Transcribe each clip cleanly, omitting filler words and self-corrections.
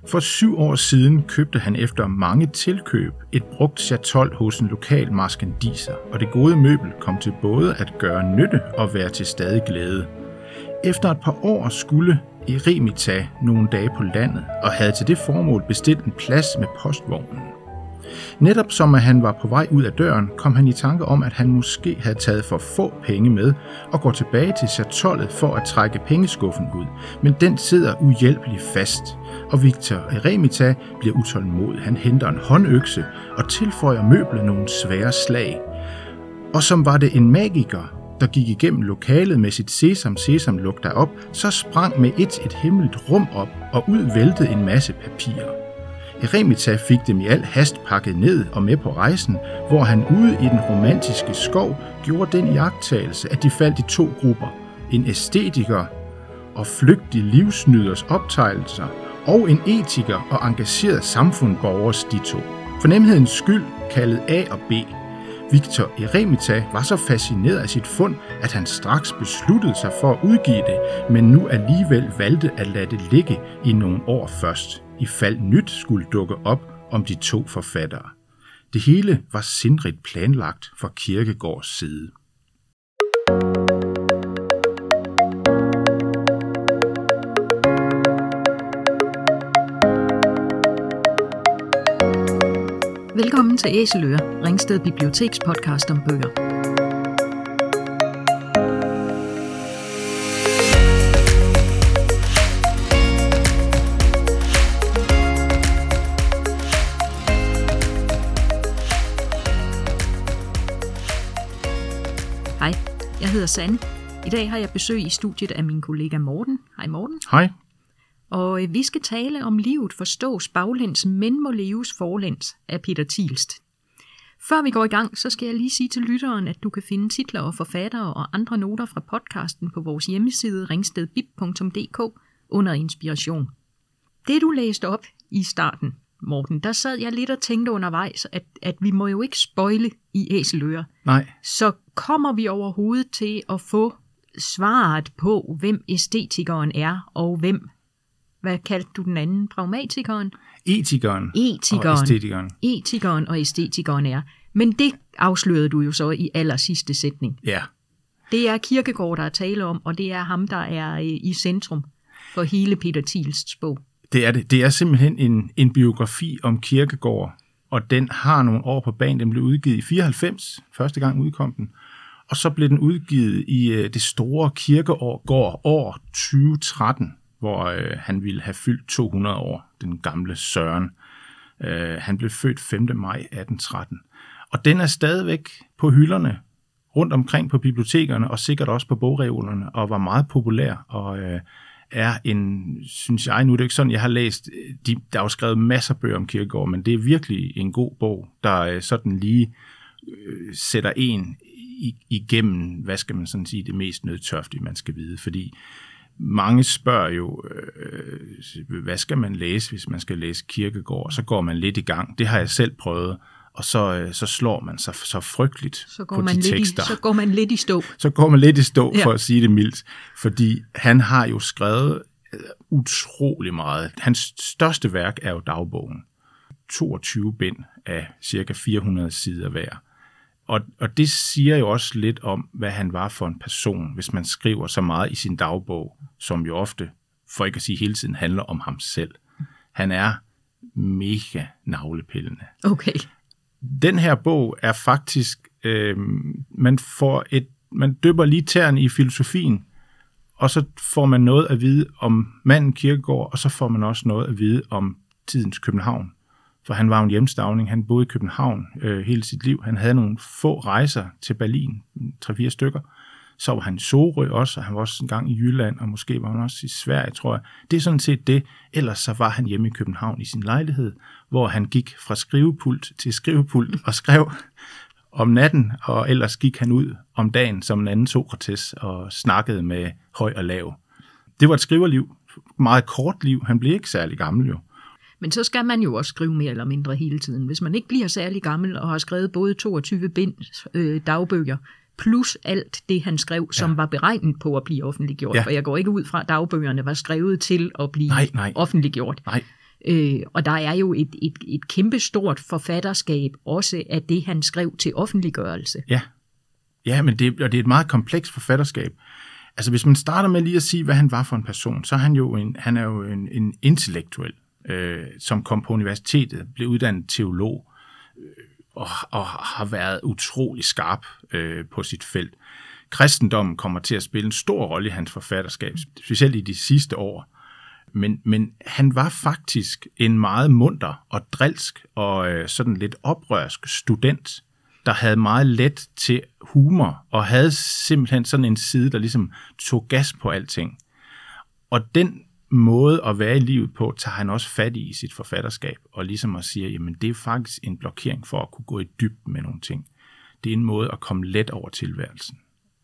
For 7 år siden købte han efter mange tilkøb et brugt chatol hos en lokal marskandisser, og det gode møbel kom til både at gøre nytte og være til stadig glæde. Efter et par år skulle Eremita nogle dage på landet, og havde til det formål bestilt en plads med postvognen. Netop som at han var på vej ud af døren, kom han i tanke om, at han måske havde taget for få penge med, og går tilbage til chatollet for at trække pengeskuffen ud. Men den sidder uhjælpeligt fast, og Victor Eremita bliver utålmodig. Han henter en håndøkse og tilføjer møblet nogle svære slag. Og som var det en magiker, der gik igennem lokalet med sit sesam lugter op, så sprang med et hemmeligt rum op, og ud væltede en masse papirer. Eremita fik dem i al hast pakket ned og med på rejsen, hvor han ude i den romantiske skov gjorde den iagttagelse, at de faldt i 2 grupper. En æstetiker og flygtig livsnyders optegnelser, og en etiker og engageret samfundsborgers ditto. For nemhedens skyld kaldet A og B. Victor Eremita var så fascineret af sit fund, at han straks besluttede sig for at udgive det, men nu alligevel valgte at lade det ligge i nogle år først, i fald nyt skulle dukke op om de 2 forfattere. Det hele var sindrigt planlagt fra Kierkegaards side. Velkommen til Æseløer, Ringsted Biblioteks podcast om bøger. Hej, jeg hedder Sanne. I dag har jeg besøg i studiet af min kollega Morten. Hej Morten. Hej. Og vi skal tale om livet forstås baglæns, men må leves forlæns af Peter Tilst. Før vi går i gang, så skal jeg lige sige til lytteren, at du kan finde titler og forfattere og andre noter fra podcasten på vores hjemmeside ringstedbib.dk under inspiration. Det du læste op i starten, Morten, der sad jeg lidt og tænkte undervejs, at vi må jo ikke spoile i Æseløer. Nej. Så kommer vi overhovedet til at få svaret på, hvem æstetikeren er, og hvem, hvad kaldte du den anden, pragmatikeren? Etikeren og æstetikeren. Etikeren og æstetikeren er. Men det afslørede du jo så i allersidste sætning. Ja. Det er Kierkegaard, der er tale om, og det er ham, der er i centrum for hele Peter Tilsts bog. Det er det. Det er simpelthen en biografi om Kierkegaard, og den har nogle år på banen. Den blev udgivet i 94, første gang udkom den. Og så blev den udgivet i det store Kierkegaard år 2013, hvor han ville have fyldt 200 år, den gamle Søren. Han blev født 5. maj 1813. Og den er stadigvæk på hylderne rundt omkring på bibliotekerne, og sikkert også på bogreolerne, og var meget populær, og er en, synes jeg, nu er det ikke sådan, jeg har læst, der er jo skrevet masser af bøger om Kierkegaard, men det er virkelig en god bog, der sådan lige sætter en igennem, hvad skal man sådan sige, det mest nødtørftige, man skal vide, fordi mange spørger jo, hvad skal man læse, hvis man skal læse Kierkegaard, så går man lidt i gang, det har jeg selv prøvet, og så slår man sig så frygteligt på de tekster. Så går man lidt i stå. Så går man lidt i stå, for at sige det mildt. Fordi han har jo skrevet utrolig meget. Hans største værk er jo dagbogen. 22 bind af cirka 400 sider hver. Og det siger jo også lidt om, hvad han var for en person, hvis man skriver så meget i sin dagbog, som jo ofte, for ikke at sige hele tiden, handler om ham selv. Han er mega navlepillende. Okay. Den her bog er faktisk, man dypper lige tæerne i filosofien, og så får man noget at vide om manden Kierkegaard, og så får man også noget at vide om tidens København. For han var jo en hjemstavning, han boede i København hele sit liv. Han havde nogle få rejser til Berlin, 3-4 stykker. Så var han i Sorø også, og han var også en gang i Jylland, og måske var han også i Sverige, tror jeg. Det er sådan set det. Ellers så var han hjemme i København i sin lejlighed, hvor han gik fra skrivepult til skrivepult og skrev om natten, og ellers gik han ud om dagen som en anden Sokrates og snakkede med høj og lav. Det var et skriverliv, meget kort liv. Han blev ikke særlig gammel jo. Men så skal man jo også skrive mere eller mindre hele tiden. Hvis man ikke bliver særlig gammel og har skrevet både 22 bind dagbøger, plus alt det, han skrev, som var beregnet på at blive offentliggjort. Ja. For jeg går ikke ud fra, at dagbøgerne var skrevet til at blive offentliggjort. Nej. Og der er jo et kæmpestort forfatterskab også af det, han skrev til offentliggørelse. Ja, men det er et meget komplekst forfatterskab. Altså hvis man starter med lige at sige, hvad han var for en person, så er han er jo en intellektuel, som kom på universitetet, blev uddannet teolog, og har været utrolig skarp på sit felt. Kristendommen kommer til at spille en stor rolle i hans forfatterskab, specielt i de sidste år. Men han var faktisk en meget munter og drilsk og sådan lidt oprørsk student, der havde meget let til humor og havde simpelthen sådan en side, der ligesom tog gas på alting. Og den måde at være i livet på, tager han også fat i sit forfatterskab, og ligesom at sige, jamen det er faktisk en blokering for at kunne gå i dybden med nogle ting. Det er en måde at komme let over tilværelsen.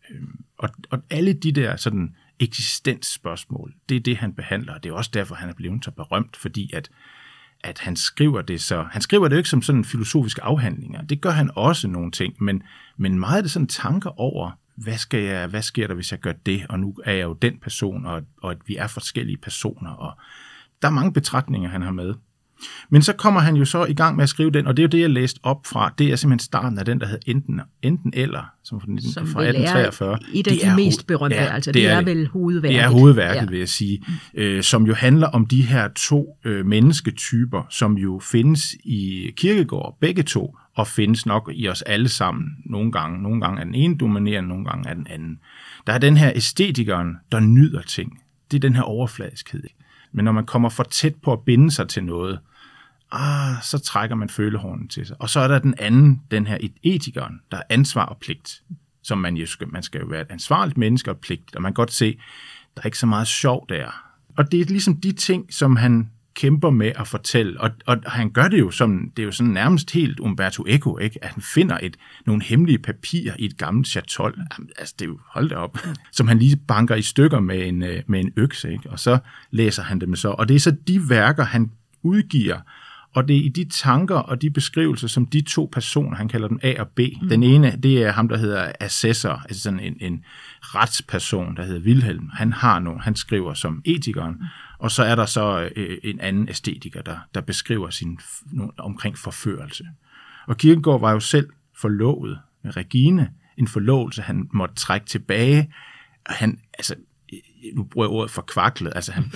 Og alle de der sådan eksistensspørgsmål, det er det, han behandler, og det er også derfor, han er blevet så berømt, fordi at han skriver det så. Han skriver det jo ikke som sådan filosofiske afhandlinger. Det gør han også nogle ting, men meget af det sådan tanker over, hvad sker der, hvis jeg gør det, og nu er jeg jo den person, og at vi er forskellige personer, og der er mange betragtninger, han har med. Men så kommer han jo så i gang med at skrive den, og det er jo det, jeg læste op fra. Det er simpelthen starten af den, der hedder Enten eller, som fra 1843. Et af de mest berømte, altså det er vel hovedværket. Det er hovedværket, vil jeg sige, som jo handler om de her to mennesketyper, som jo findes i Kierkegaard, begge to, og findes nok i os alle sammen nogle gange. Nogle gange er den ene dominerende, nogle gange er den anden. Der er den her æstetikeren, der nyder ting. Det er den her overfladiskhed. Men når man kommer for tæt på at binde sig til noget, så trækker man følehornen til sig. Og så er der den anden, den her etikeren, der er ansvar og pligt. Som man skal jo være et ansvarligt menneske og pligt, og man kan godt se, der er ikke så meget sjov der. Og det er ligesom de ting, som han kæmper med at fortælle, og han gør det jo som, det er jo sådan nærmest helt Umberto Eco, ikke? At han finder nogle hemmelige papirer i et gammelt chatol, altså det er jo, hold da op, som han lige banker i stykker med en økse, ikke? Og så læser han dem så, og det er så de værker, han udgiver, og det er i de tanker og de beskrivelser, som de to personer, han kalder dem A og B. Den ene, det er ham, der hedder assessor, altså sådan en retsperson, der hedder Wilhelm. Han skriver som etikeren, og så er der så en anden æstetiker, der beskriver omkring forførelse. Og Kierkegaard var jo selv forlovet med Regine, en forlovelse, han måtte trække tilbage, og nu bruger jeg ordet forkvaklet,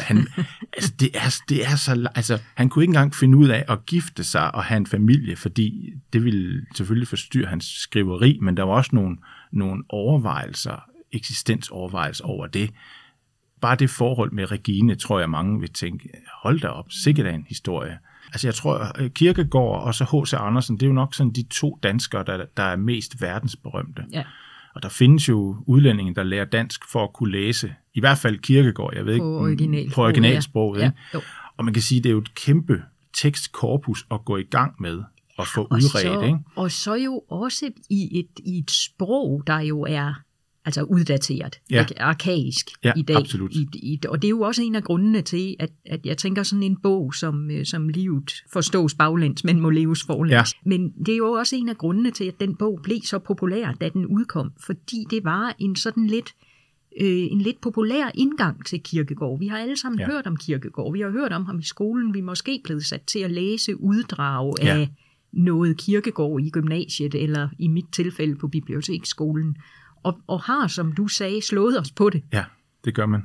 han kunne ikke engang finde ud af at gifte sig og have en familie, fordi det ville selvfølgelig forstyrre hans skriveri, men der var også nogle overvejelser, eksistensovervejelser over det. Bare det forhold med Regine, tror jeg mange vil tænke, hold da op, sikkert af en historie. Altså jeg tror, Kierkegaard og så H.C. Andersen, det er jo nok sådan de to danskere, der er mest verdensberømte. Ja. Og der findes jo udlændinge, der lærer dansk for at kunne læse, i hvert fald Kierkegaard, jeg ved ikke, på originalsproget. Ja. Ja. Og man kan sige, det er jo et kæmpe tekstkorpus at gå i gang med og få udredt. Ikke? Og så jo også i et sprog, der jo er altså uddateret, arkaisk i dag. Absolut. Og det er jo også en af grundene til, at jeg tænker sådan en bog, som livet forstås baglæns, men må leves forlæns. Ja. Men det er jo også en af grundene til, at den bog blev så populær, da den udkom, fordi det var en sådan en lidt populær indgang til Kierkegaard. Vi har alle sammen hørt om Kierkegaard. Vi har hørt om ham i skolen. Vi er måske blevet sat til at læse uddrag af noget Kierkegaard i gymnasiet, eller i mit tilfælde på biblioteksskolen. Og har, som du sagde, slået os på det. Ja, det gør man.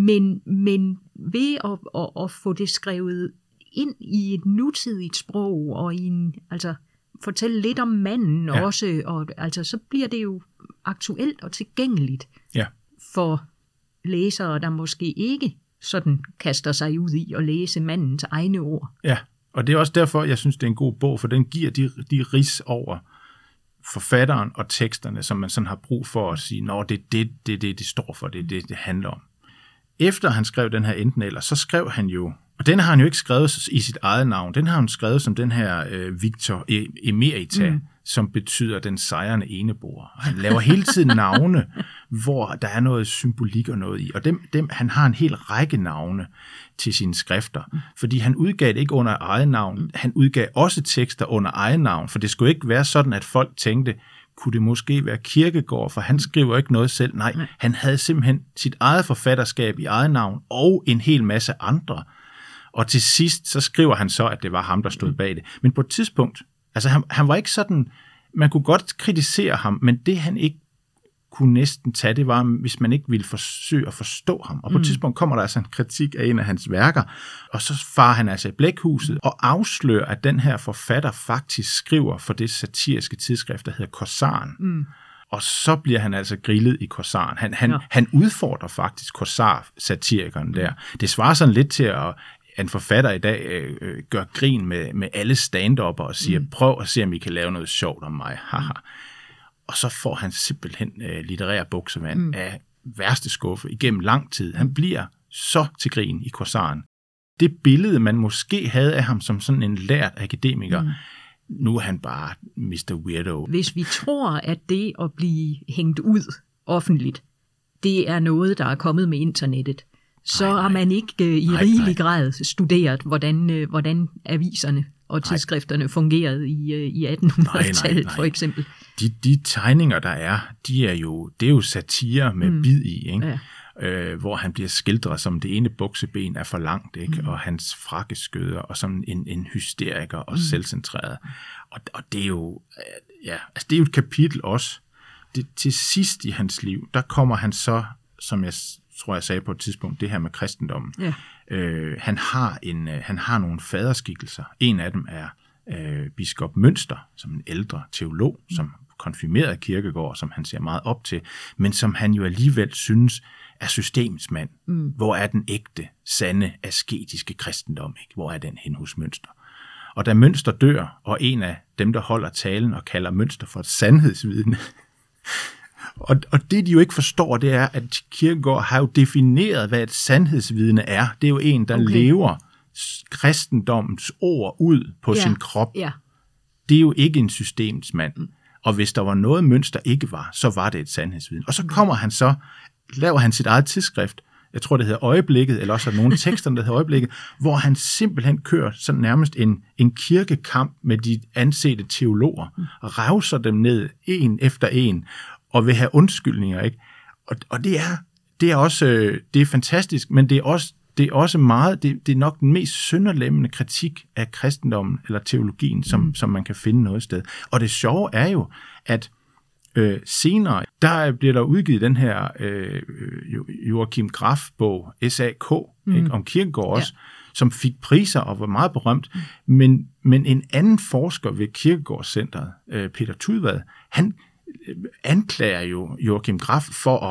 Men ved at få det skrevet ind i et nutidigt sprog, og fortælle lidt om manden også, og så bliver det jo aktuelt og tilgængeligt for læsere, der måske ikke sådan kaster sig ud i at læse mandens egne ord. Ja, og det er også derfor, jeg synes, det er en god bog, for den giver de rids over forfatteren og teksterne, som man sådan har brug for at sige, det står for, det handler om. Efter han skrev den her Enten eller, så skrev han jo, og den har han jo ikke skrevet i sit eget navn, den har han skrevet som den her Victor Emerita, som betyder den sejrende eneboer. Han laver hele tiden navne, hvor der er noget symbolik og noget i, og han har en hel række navne til sine skrifter, fordi han udgav det ikke under eget navn, han udgav også tekster under eget navn, for det skulle ikke være sådan, at folk tænkte, kunne det måske være Kierkegaard, for han skriver ikke noget selv. Nej, han havde simpelthen sit eget forfatterskab i eget navn, og en hel masse andre. Og til sidst, så skriver han så, at det var ham, der stod bag det. Men på et tidspunkt, altså han var ikke sådan, man kunne godt kritisere ham, men det han ikke kunne næsten tage, det var, hvis man ikke ville forsøge at forstå ham. Og på et tidspunkt kommer der altså en kritik af en af hans værker, og så farer han altså i blækhuset og afslører, at den her forfatter faktisk skriver for det satiriske tidsskrift, der hedder Korsaren. Og så bliver han altså grillet i Korsaren. Han udfordrer faktisk Korsar-satirikeren der. Det svarer sådan lidt til at en forfatter i dag gør grin med alle stand-upper og siger, prøv at se, om I kan lave noget sjovt om mig. Haha. Og så får han simpelthen litterær buksevand af værste skuffe igennem lang tid. Han bliver så til grin i Korsaren. Det billede, man måske havde af ham som sådan en lært akademiker, nu er han bare Mr. Weirdo. Hvis vi tror, at det at blive hængt ud offentligt, det er noget, der er kommet med internettet, så har man ikke i rigelig grad studeret, hvordan aviserne og tidskrifterne fungerede i 1800-tallet for eksempel. De tegninger, der er, det er jo satire med bid i, ikke? Ja. Hvor han bliver skildret som det ene bukseben er for langt, ikke? Og hans frakkeskøder, og som en hysteriker og selvcentreret. Og det er jo, altså det er jo et kapitel også. Til sidst i hans liv, der kommer han så, som jeg tror, jeg sagde på et tidspunkt, det her med kristendommen. Ja. Han har nogle faderskikkelser. En af dem er biskop Münster, som en ældre teolog, som konfirmerede Kierkegaard, som han ser meget op til, men som han jo alligevel synes er systemets mand. Hvor er den ægte, sande, asketiske kristendom? Ikke? Hvor er den hen hos Münster? Og da Münster dør, og en af dem, der holder talen og kalder Münster for et sandhedsvidne, og det, de jo ikke forstår, det er, at Kierkegaard har jo defineret, hvad et sandhedsvidne er. Det er jo en, der lever kristendommens ord ud på sin krop. Ja. Det er jo ikke en systemets mand. Og hvis der var noget Münster ikke var, så var det et sandhedsvidne. Og så kommer han så, laver han sit eget tidsskrift, jeg tror, det hedder Øjeblikket, eller også er nogle tekster, der hedder Øjeblikket, hvor han simpelthen kører sådan nærmest en kirkekamp med de ansete teologer, og revser dem ned en efter en, og vil have undskyldninger, ikke? Og det er også det er fantastisk, men det er også meget, det er nok den mest sønderlemmende kritik af kristendommen eller teologien, som man kan finde noget sted. Og det sjove er jo, at senere, der bliver der udgivet den her Joachim Graf-bog, S.A.K., ikke, om Kierkegaard også, som fik priser og var meget berømt. Men en anden forsker ved Kierkegaard-centret, Peter Tudvad, han anklager jo Joachim Graf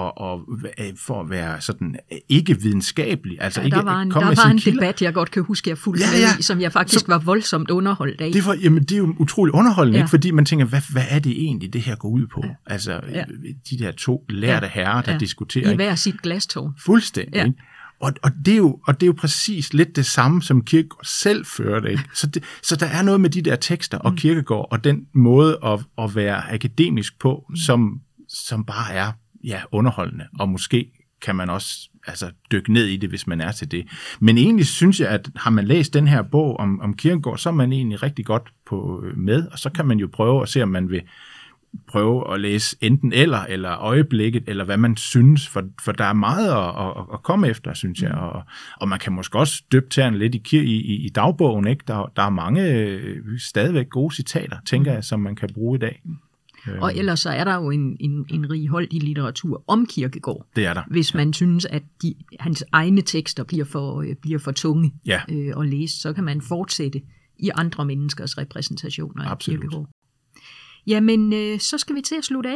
for at være sådan ikke videnskabelig. Altså ikke der var en debat, jeg godt kan huske, jeg fulgte med i, som jeg faktisk var voldsomt underholdt af. Det er jo utroligt underholdende, ikke? Fordi man tænker, hvad er det egentlig, det her går ud på? Altså de der to lærte herrer, der diskuterer. I hver sit glastårn. Fuldstændig, ikke? Og det er jo præcis lidt det samme, som Kierkegaard selv førte. Ikke? Så der er noget med de der tekster og Kierkegaard, og den måde at være akademisk på, som bare er underholdende. Og måske kan man også dykke ned i det, hvis man er til det. Men egentlig synes jeg, at har man læst den her bog om Kierkegaard, så er man egentlig rigtig godt med, og så kan man jo prøve at se, om man vil prøve at læse enten eller Øjeblikket, eller hvad man synes, for der er meget at komme efter, synes jeg, og man kan måske også døbe tæerne lidt i dagbogen, ikke? Der er mange stadigvæk gode citater, tænker jeg, som man kan bruge i dag. Og ellers så er der jo en righoldig litteratur om Kierkegaard. Det er der. Hvis man synes, at hans egne tekster bliver for tunge at læse, så kan man fortsætte i andre menneskers repræsentationer af Kierkegaard. Jamen, så skal vi til at slutte af.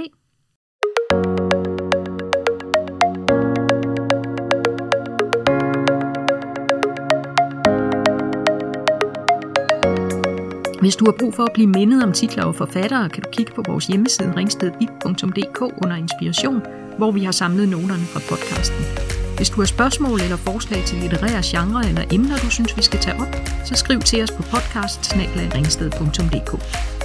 Hvis du har brug for at blive mindet om titler og forfattere, kan du kigge på vores hjemmeside ringstedbib.dk under inspiration, hvor vi har samlet noterne fra podcasten. Hvis du har spørgsmål eller forslag til litterære genre eller emner, du synes, vi skal tage op, så skriv til os på podcast@ringsted.dk.